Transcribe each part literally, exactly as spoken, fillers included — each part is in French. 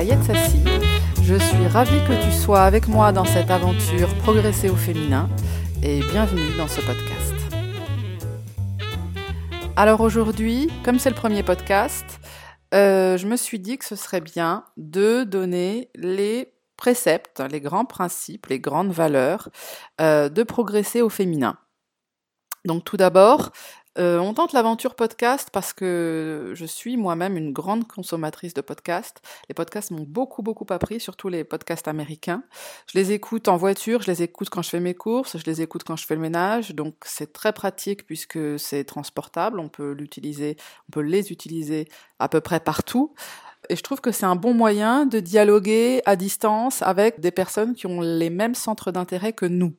Ayette Sassi. Je suis ravie que tu sois avec moi dans cette aventure Progresser au féminin et bienvenue dans ce podcast. Alors aujourd'hui, comme c'est le premier podcast, euh, je me suis dit que ce serait bien de donner les préceptes, les grands principes, les grandes valeurs euh, de progresser au féminin. Donc tout d'abord, euh, on tente l'aventure podcast parce que je suis moi-même une grande consommatrice de podcasts. Les podcasts m'ont beaucoup beaucoup appris, surtout les podcasts américains. Je les écoute en voiture, je les écoute quand je fais mes courses, je les écoute quand je fais le ménage, donc c'est très pratique puisque c'est transportable, on peut l'utiliser, on peut les utiliser à peu près partout. Et je trouve que c'est un bon moyen de dialoguer à distance avec des personnes qui ont les mêmes centres d'intérêt que nous.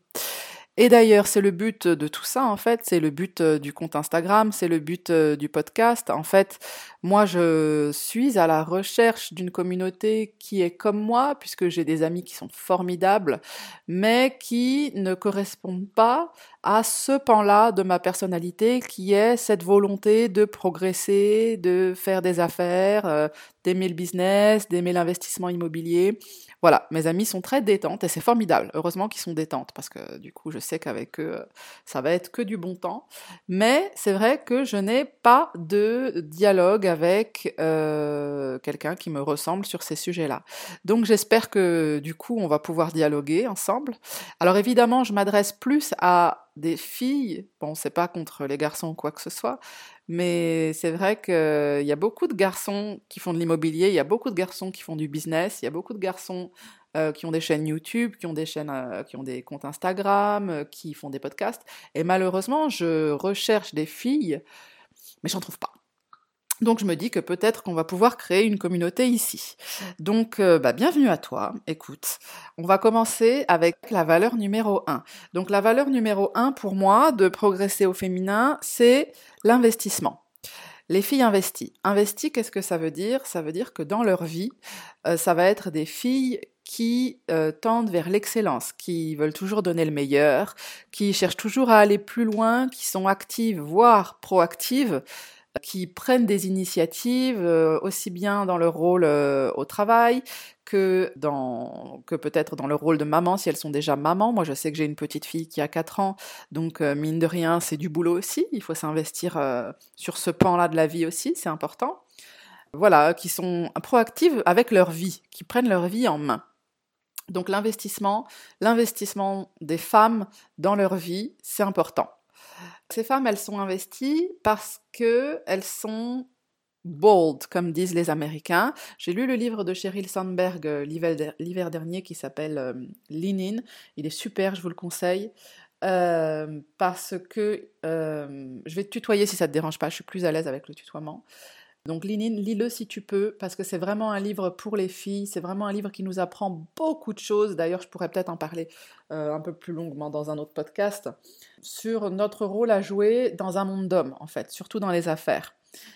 Et d'ailleurs, c'est le but de tout ça, en fait, c'est le but du compte Instagram, c'est le but du podcast. En fait, moi, je suis à la recherche d'une communauté qui est comme moi, puisque j'ai des amis qui sont formidables, mais qui ne correspondent pas à ce pan-là de ma personnalité, qui est cette volonté de progresser, de faire des affaires, euh, d'aimer le business, d'aimer l'investissement immobilier. Voilà, mes amis sont très détentes et c'est formidable. Heureusement qu'ils sont détentes parce que du coup, je sais qu'avec eux, ça va être que du bon temps. Mais c'est vrai que je n'ai pas de dialogue avec euh, quelqu'un qui me ressemble sur ces sujets-là. Donc j'espère que du coup, on va pouvoir dialoguer ensemble. Alors évidemment, je m'adresse plus à des filles. Bon, c'est pas contre les garçons ou quoi que ce soit. Mais c'est vrai qu'il y a beaucoup de garçons qui font de l'immobilier, il y a beaucoup de garçons qui font du business, il y a beaucoup de garçons euh, qui ont des chaînes YouTube, qui ont des chaînes, euh, qui ont des comptes Instagram, euh, qui font des podcasts. Et malheureusement, je recherche des filles, mais j'en trouve pas. Donc je me dis que peut-être qu'on va pouvoir créer une communauté ici. Donc euh, bah, bienvenue à toi, écoute. On va commencer avec la valeur numéro un. Donc la valeur numéro un pour moi de progresser au féminin, c'est l'investissement. Les filles investies. Investies, qu'est-ce que ça veut dire ? Ça veut dire que dans leur vie, euh, ça va être des filles qui euh, tendent vers l'excellence, qui veulent toujours donner le meilleur, qui cherchent toujours à aller plus loin, qui sont actives, voire proactives, qui prennent des initiatives euh, aussi bien dans leur rôle euh, au travail que, dans, que peut-être dans leur rôle de maman si elles sont déjà mamans. Moi je sais que j'ai une petite fille qui a quatre ans, donc euh, mine de rien c'est du boulot aussi, il faut s'investir euh, sur ce pan-là de la vie aussi, c'est important. Voilà, qui sont proactives avec leur vie, qui prennent leur vie en main. Donc l'investissement, l'investissement des femmes dans leur vie, c'est important. Ces femmes, elles sont investies parce qu'elles sont bold, comme disent les Américains. J'ai lu le livre de Sheryl Sandberg euh, l'hiver, l'hiver dernier qui s'appelle euh, Lean In. Il est super, je vous le conseille. Euh, parce que euh, je vais te tutoyer si ça te dérange pas, je suis plus à l'aise avec le tutoiement. Donc Lean In, lis-le si tu peux, parce que c'est vraiment un livre pour les filles, c'est vraiment un livre qui nous apprend beaucoup de choses. D'ailleurs, je pourrais peut-être en parler euh, un peu plus longuement dans un autre podcast, sur notre rôle à jouer dans un monde d'hommes, en fait, surtout dans les affaires.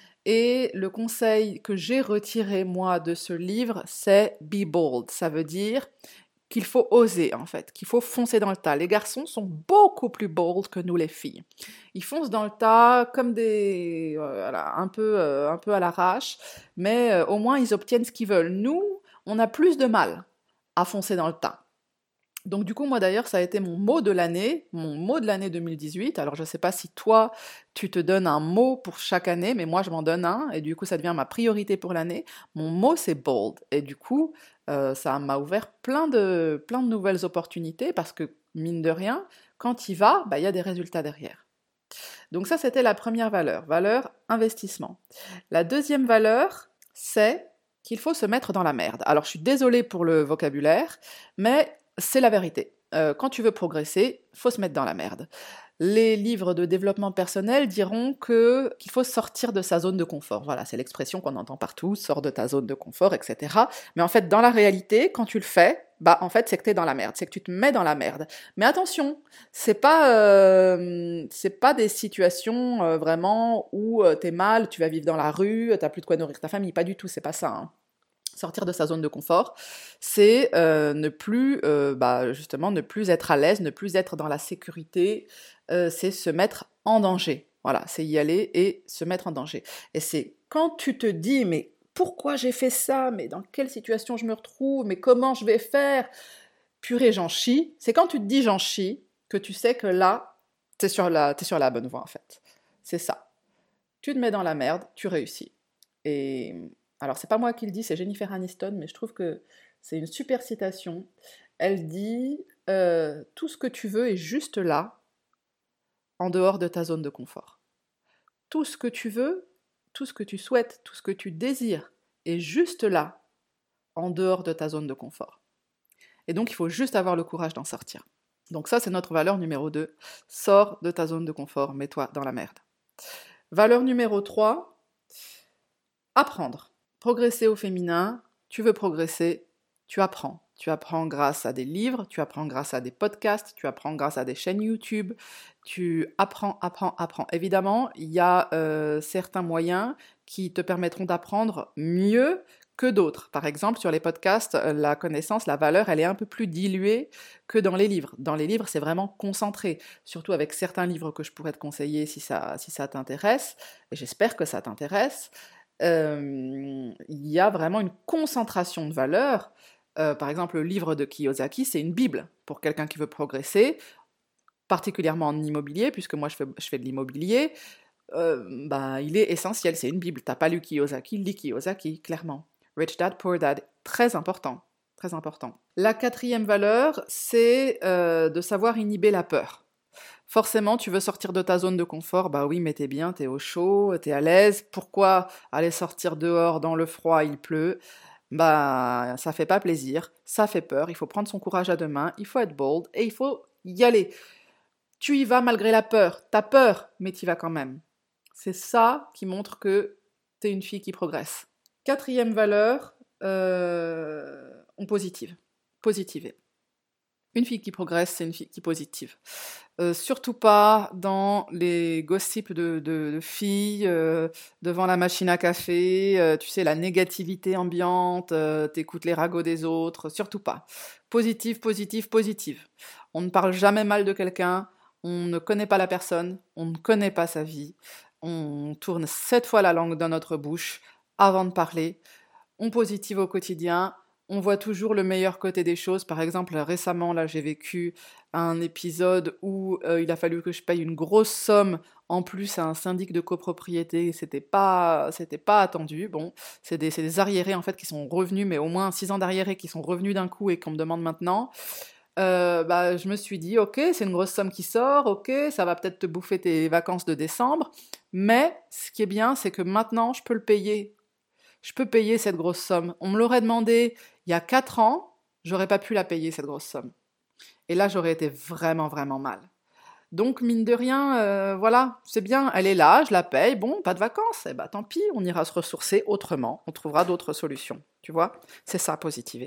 Et le conseil que j'ai retiré, moi, de ce livre, c'est « be bold ». Ça veut dire qu'il faut oser, en fait, qu'il faut foncer dans le tas. Les garçons sont beaucoup plus bold que nous, les filles. Ils foncent dans le tas comme des... Euh, voilà, un peu, euh, un peu à l'arrache, mais euh, au moins, ils obtiennent ce qu'ils veulent. Nous, on a plus de mal à foncer dans le tas. Donc du coup, moi d'ailleurs, ça a été mon mot de l'année, mon mot de l'année deux mille dix-huit. Alors je sais pas si toi, tu te donnes un mot pour chaque année, mais moi je m'en donne un, et du coup ça devient ma priorité pour l'année. Mon mot c'est bold, et du coup, euh, ça m'a ouvert plein de, plein de nouvelles opportunités, parce que mine de rien, quand il va, bah, y a des résultats derrière. Donc ça, c'était la première valeur, valeur investissement. La deuxième valeur, c'est qu'il faut se mettre dans la merde. Alors je suis désolée pour le vocabulaire, mais c'est la vérité. Euh, quand tu veux progresser, faut se mettre dans la merde. Les livres de développement personnel diront que, qu'il faut sortir de sa zone de confort. Voilà, c'est l'expression qu'on entend partout, sors de ta zone de confort, et cetera. Mais en fait, dans la réalité, quand tu le fais, bah en fait, c'est que t'es dans la merde, c'est que tu te mets dans la merde. Mais attention, c'est pas, euh, c'est pas des situations euh, vraiment où euh, t'es mal, tu vas vivre dans la rue, t'as plus de quoi nourrir ta famille, pas du tout, c'est pas ça, hein. Sortir de sa zone de confort, c'est euh, ne plus, euh, bah, justement, ne plus être à l'aise, ne plus être dans la sécurité, euh, c'est se mettre en danger. Voilà, c'est y aller et se mettre en danger. Et c'est quand tu te dis, mais pourquoi j'ai fait ça, mais dans quelle situation je me retrouve, mais comment je vais faire, purée, j'en chie. C'est quand tu te dis j'en chie que tu sais que là, t'es sur la, t'es sur la bonne voie en fait. C'est ça. Tu te mets dans la merde, tu réussis. Et alors, c'est pas moi qui le dis, c'est Jennifer Aniston, mais je trouve que c'est une super citation. Elle dit euh, tout ce que tu veux est juste là, en dehors de ta zone de confort. Tout ce que tu veux, tout ce que tu souhaites, tout ce que tu désires est juste là, en dehors de ta zone de confort. Et donc, il faut juste avoir le courage d'en sortir. Donc ça, c'est notre valeur numéro deux. Sors de ta zone de confort, mets-toi dans la merde. Valeur numéro trois, apprendre. Progresser au féminin, tu veux progresser, tu apprends. Tu apprends grâce à des livres, tu apprends grâce à des podcasts, tu apprends grâce à des chaînes YouTube, tu apprends, apprends, apprends. Évidemment, il y a euh, certains moyens qui te permettront d'apprendre mieux que d'autres. Par exemple, sur les podcasts, la connaissance, la valeur, elle est un peu plus diluée que dans les livres. Dans les livres, c'est vraiment concentré, surtout avec certains livres que je pourrais te conseiller si ça, si ça t'intéresse, et j'espère que ça t'intéresse. Euh, il y a vraiment une concentration de valeur. Euh, par exemple, le livre de Kiyosaki, c'est une bible pour quelqu'un qui veut progresser, particulièrement en immobilier, puisque moi je fais, je fais de l'immobilier. Euh, bah, il est essentiel, c'est une bible. T'as pas lu Kiyosaki, lis Kiyosaki, clairement. Rich Dad, Poor Dad, très important, très important. La quatrième valeur, c'est euh, de savoir inhiber la peur. Forcément, tu veux sortir de ta zone de confort, bah oui, mais t'es bien, t'es au chaud, t'es à l'aise. Pourquoi aller sortir dehors dans le froid, il pleut ? Bah, ça fait pas plaisir, ça fait peur, il faut prendre son courage à deux mains, il faut être bold et il faut y aller. Tu y vas malgré la peur, t'as peur, mais t'y vas quand même. C'est ça qui montre que t'es une fille qui progresse. Quatrième valeur, euh, on positive. Positiver. Une fille qui progresse, c'est une fille qui positive. Euh, surtout pas dans les gossips de, de, de filles, euh, devant la machine à café, euh, tu sais, la négativité ambiante, euh, t'écoutes les ragots des autres, surtout pas. Positive, positive, positive. On ne parle jamais mal de quelqu'un, on ne connaît pas la personne, on ne connaît pas sa vie, on tourne sept fois la langue dans notre bouche avant de parler, on positive au quotidien, on voit toujours le meilleur côté des choses. Par exemple, récemment, là, j'ai vécu un épisode où euh, il a fallu que je paye une grosse somme en plus à un syndic de copropriété. C'était pas, c'était pas attendu. Bon, c'est des, c'est des arriérés en fait qui sont revenus, mais au moins six ans d'arriérés qui sont revenus d'un coup et qu'on me demande maintenant. Euh, bah, je me suis dit, ok, c'est une grosse somme qui sort, ok, ça va peut-être te bouffer tes vacances de décembre, mais ce qui est bien, c'est que maintenant, je peux le payer. Je peux payer cette grosse somme. On me l'aurait demandé il y a quatre ans, j'aurais pas pu la payer, cette grosse somme. Et là, j'aurais été vraiment, vraiment mal. Donc, mine de rien, euh, voilà, c'est bien, elle est là, je la paye, bon, pas de vacances, eh ben tant pis, on ira se ressourcer autrement, on trouvera d'autres solutions, tu vois, c'est ça, positiver.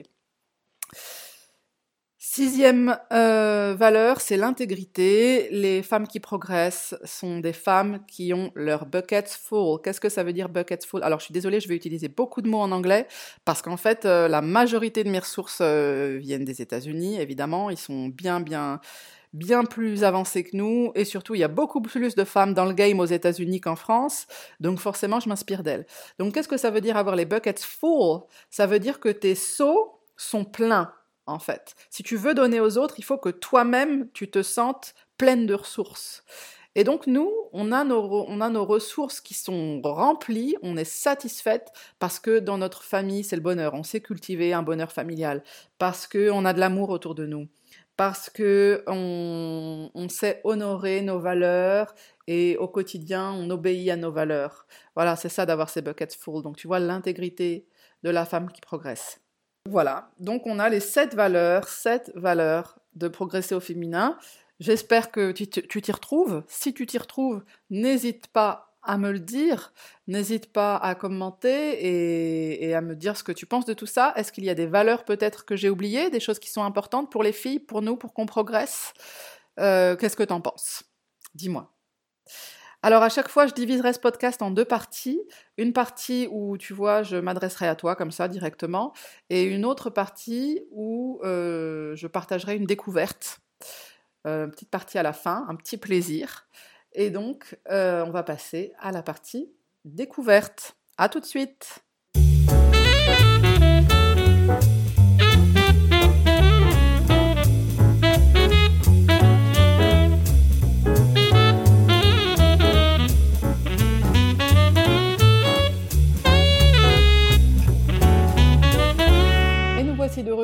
Sixième euh, valeur, c'est l'intégrité. Les femmes qui progressent sont des femmes qui ont leur buckets full. Qu'est-ce que ça veut dire buckets full ? Alors, je suis désolée, je vais utiliser beaucoup de mots en anglais parce qu'en fait, euh, la majorité de mes ressources euh, viennent des États-Unis, évidemment. Ils sont bien, bien, bien plus avancés que nous et surtout, il y a beaucoup plus de femmes dans le game aux États-Unis qu'en France. Donc, forcément, je m'inspire d'elles. Donc, qu'est-ce que ça veut dire avoir les buckets full ? Ça veut dire que tes seaux sont pleins. En fait, si tu veux donner aux autres, il faut que toi-même, tu te sentes pleine de ressources. Et donc, nous, on a nos, on a nos ressources qui sont remplies, on est satisfaite parce que dans notre famille, c'est le bonheur. On sait cultiver un bonheur familial, parce qu'on a de l'amour autour de nous, parce qu'on on sait honorer nos valeurs et au quotidien, on obéit à nos valeurs. Voilà, c'est ça d'avoir ces buckets full. Donc, tu vois l'intégrité de la femme qui progresse. Voilà, donc on a les sept valeurs, sept valeurs de progresser au féminin. J'espère que tu, tu t'y retrouves. Si tu t'y retrouves, n'hésite pas à me le dire, n'hésite pas à commenter et, et à me dire ce que tu penses de tout ça. Est-ce qu'il y a des valeurs peut-être que j'ai oubliées, des choses qui sont importantes pour les filles, pour nous, pour qu'on progresse ? euh, Qu'est-ce que t'en penses ? Dis-moi. Alors à chaque fois, je diviserai ce podcast en deux parties. Une partie où, tu vois, je m'adresserai à toi comme ça directement, et une autre partie où euh, je partagerai une découverte. Euh, une petite partie à la fin, un petit plaisir. Et donc, euh, on va passer à la partie découverte. À tout de suite.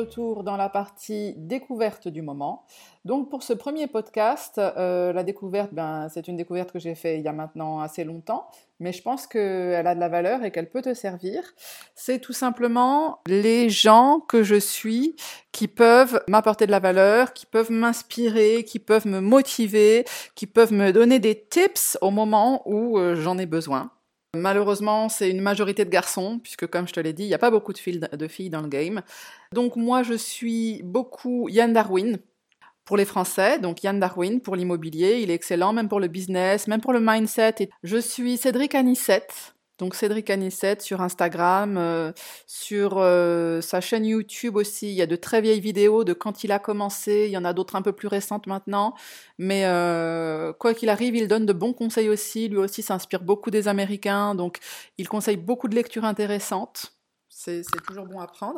retour dans la partie découverte du moment. Donc pour ce premier podcast, euh, la découverte, ben, c'est une découverte que j'ai faite il y a maintenant assez longtemps, mais je pense qu'elle a de la valeur et qu'elle peut te servir. C'est tout simplement les gens que je suis qui peuvent m'apporter de la valeur, qui peuvent m'inspirer, qui peuvent me motiver, qui peuvent me donner des tips au moment où euh, j'en ai besoin. Malheureusement, c'est une majorité de garçons, puisque comme je te l'ai dit, il n'y a pas beaucoup de filles, de filles dans le game. Donc moi, je suis beaucoup Yann Darwin pour les Français, donc Yann Darwin pour l'immobilier. Il est excellent, même pour le business, même pour le mindset. Et je suis Cédric Anissette, donc Cédric Anissette sur Instagram, euh, sur euh, sa chaîne YouTube aussi. Il y a de très vieilles vidéos de quand il a commencé. Il y en a d'autres un peu plus récentes maintenant. Mais euh, quoi qu'il arrive, il donne de bons conseils aussi. Lui aussi s'inspire beaucoup des Américains, donc il conseille beaucoup de lectures intéressantes. C'est, c'est toujours bon à prendre.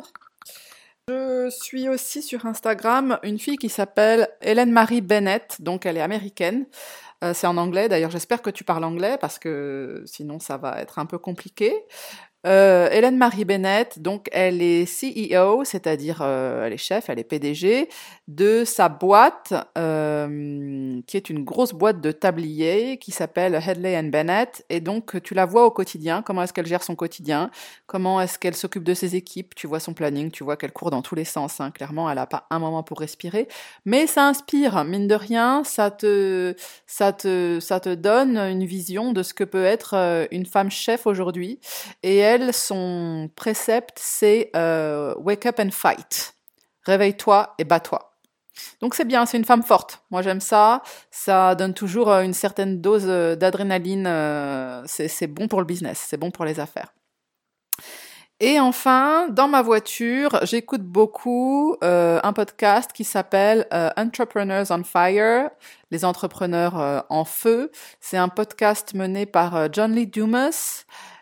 Je suis aussi sur Instagram une fille qui s'appelle Hélène Marie Bennett, donc elle est américaine. Euh, c'est en anglais, d'ailleurs j'espère que tu parles anglais parce que sinon ça va être un peu compliqué. Euh, Hélène Marie Bennett, donc elle est C E O, c'est-à-dire euh, elle est chef, elle est P D G de sa boîte, euh, qui est une grosse boîte de tabliers qui s'appelle Hedley and Bennett. Et donc tu la vois au quotidien, comment est-ce qu'elle gère son quotidien, comment est-ce qu'elle s'occupe de ses équipes, tu vois son planning, tu vois qu'elle court dans tous les sens, hein. Clairement elle n'a pas un moment pour respirer, mais ça inspire, mine de rien, ça te, ça te, ça te donne une vision de ce que peut être une femme chef aujourd'hui. Et elle, son précepte, c'est euh, « Wake up and fight ». Réveille-toi et bats-toi. Donc c'est bien, c'est une femme forte. Moi j'aime ça, ça donne toujours une certaine dose d'adrénaline, c'est, c'est bon pour le business, c'est bon pour les affaires. Et enfin, dans ma voiture, j'écoute beaucoup euh, un podcast qui s'appelle euh, Entrepreneurs on Fire, les entrepreneurs euh, en feu. C'est un podcast mené par euh, John Lee Dumas.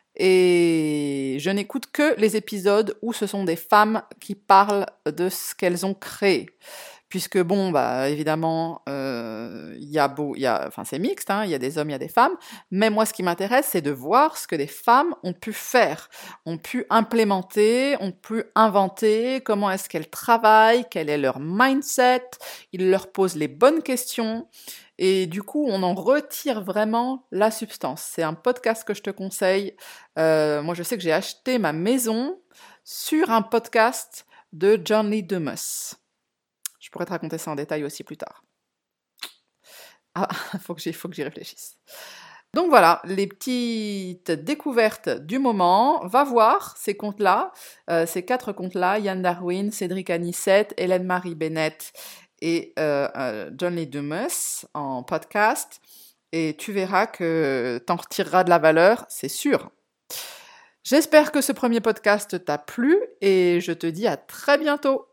Et je n'écoute que les épisodes où ce sont des femmes qui parlent de ce qu'elles ont créé. Puisque bon, bah évidemment, euh, y a beau, y a, enfin c'est mixte, hein, il y a des hommes, il y a des femmes. Mais moi, ce qui m'intéresse, c'est de voir ce que les femmes ont pu faire, ont pu implémenter, ont pu inventer. Comment est-ce qu'elles travaillent, quel est leur mindset. Ils leur posent les bonnes questions. Et du coup, on en retire vraiment la substance. C'est un podcast que je te conseille. Euh, moi, je sais que j'ai acheté ma maison sur un podcast de John Lee Dumas. Je pourrais te raconter ça en détail aussi plus tard. Ah, faut que j'y, faut que j'y réfléchisse. Donc voilà, les petites découvertes du moment. Va voir ces comptes-là, euh, ces quatre comptes-là, Yann Darwin, Cédric Anissette, Hélène Marie Bennett et euh, euh, John Lee Dumas en podcast, et tu verras que t'en retireras de la valeur, c'est sûr. J'espère que ce premier podcast t'a plu, et je te dis à très bientôt.